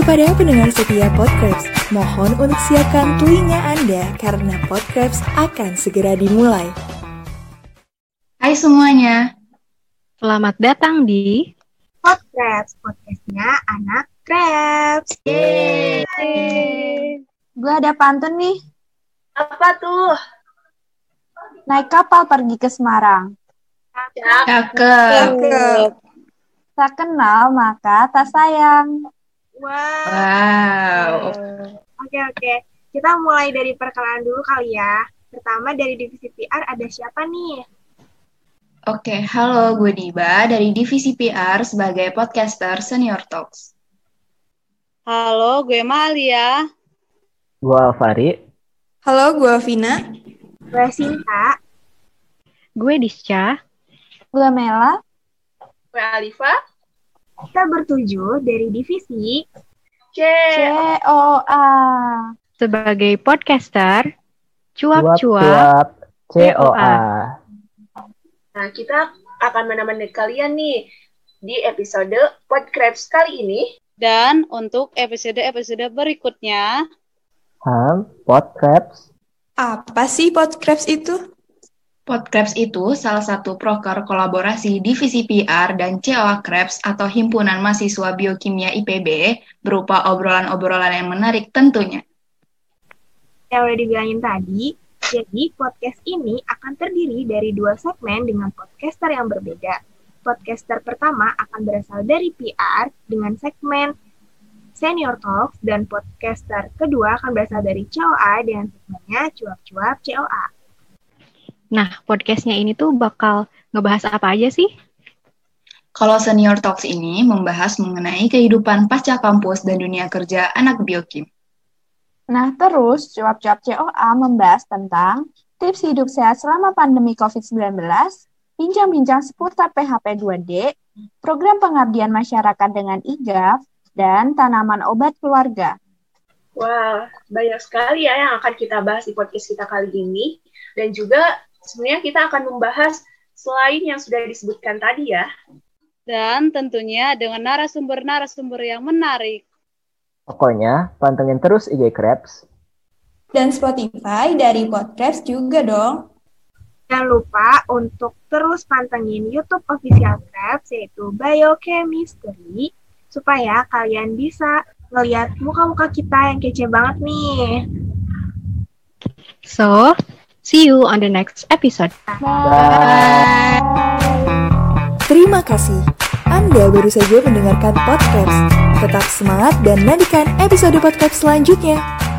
Kepada pendengar setia Podcasts, mohon untuk siapkan telinga Anda karena Podcasts akan segera dimulai. Hai semuanya, selamat datang di Podcasts, podcastnya anak Krebs. Yeay. Gue ada pantun nih. Apa tuh? Naik kapal pergi ke Semarang. Cakep. Tak kenal maka tak sayang. Wow. Oke. Kita mulai dari perkenalan dulu kali ya. Pertama dari divisi PR ada siapa nih? Oke, halo, gue Diba dari divisi PR sebagai podcaster Senior Talks. Halo, gue Malia. Gue Alvari. Halo, gue Vina. Gue Sinta. gue Disca. Gue Mela. Gue Alifa. Kita bertujuh dari divisi COA. Sebagai podcaster, cuap-cuap COA. Nah, kita akan menemani kalian nih di episode Podcasts kali ini. Dan untuk episode-episode berikutnya, Podcasts. Apa sih Podcasts itu? Podcasts itu salah satu proker kolaborasi divisi PR dan COA Krebs atau Himpunan Mahasiswa Biokimia IPB berupa obrolan-obrolan yang menarik tentunya. yang udah dibilangin tadi. Jadi podcast ini akan terdiri dari 2 segmen dengan podcaster yang berbeda. Podcaster pertama akan berasal dari PR dengan segmen Senior Talks dan podcaster kedua akan berasal dari COA dengan segmennya Cuap-Cuap COA. Nah, podcastnya ini tuh bakal ngebahas apa aja sih? Kalau Senior Talks ini membahas mengenai kehidupan pasca kampus dan dunia kerja anak biokim. Nah, terus Cuap-Cuap COA membahas tentang tips hidup sehat selama pandemi COVID-19, bincang-bincang seputar PHP 2D, program pengabdian masyarakat dengan IGAF, dan tanaman obat keluarga. Wah, banyak sekali ya yang akan kita bahas di podcast kita kali ini. Dan juga sebenarnya kita akan membahas selain yang sudah disebutkan tadi ya. dan tentunya dengan narasumber-narasumber yang menarik. Pokoknya, pantengin terus IG Krebs. Dan Spotify dari Podcasts juga dong. Jangan lupa untuk terus pantengin YouTube official Krebs yaitu Biochemistry supaya kalian bisa ngeliat muka-muka kita yang kece banget nih. So, see you on the next episode. Terima kasih. Anda baru saja mendengarkan Podcasts. Tetap semangat dan nantikan episode Podcasts selanjutnya.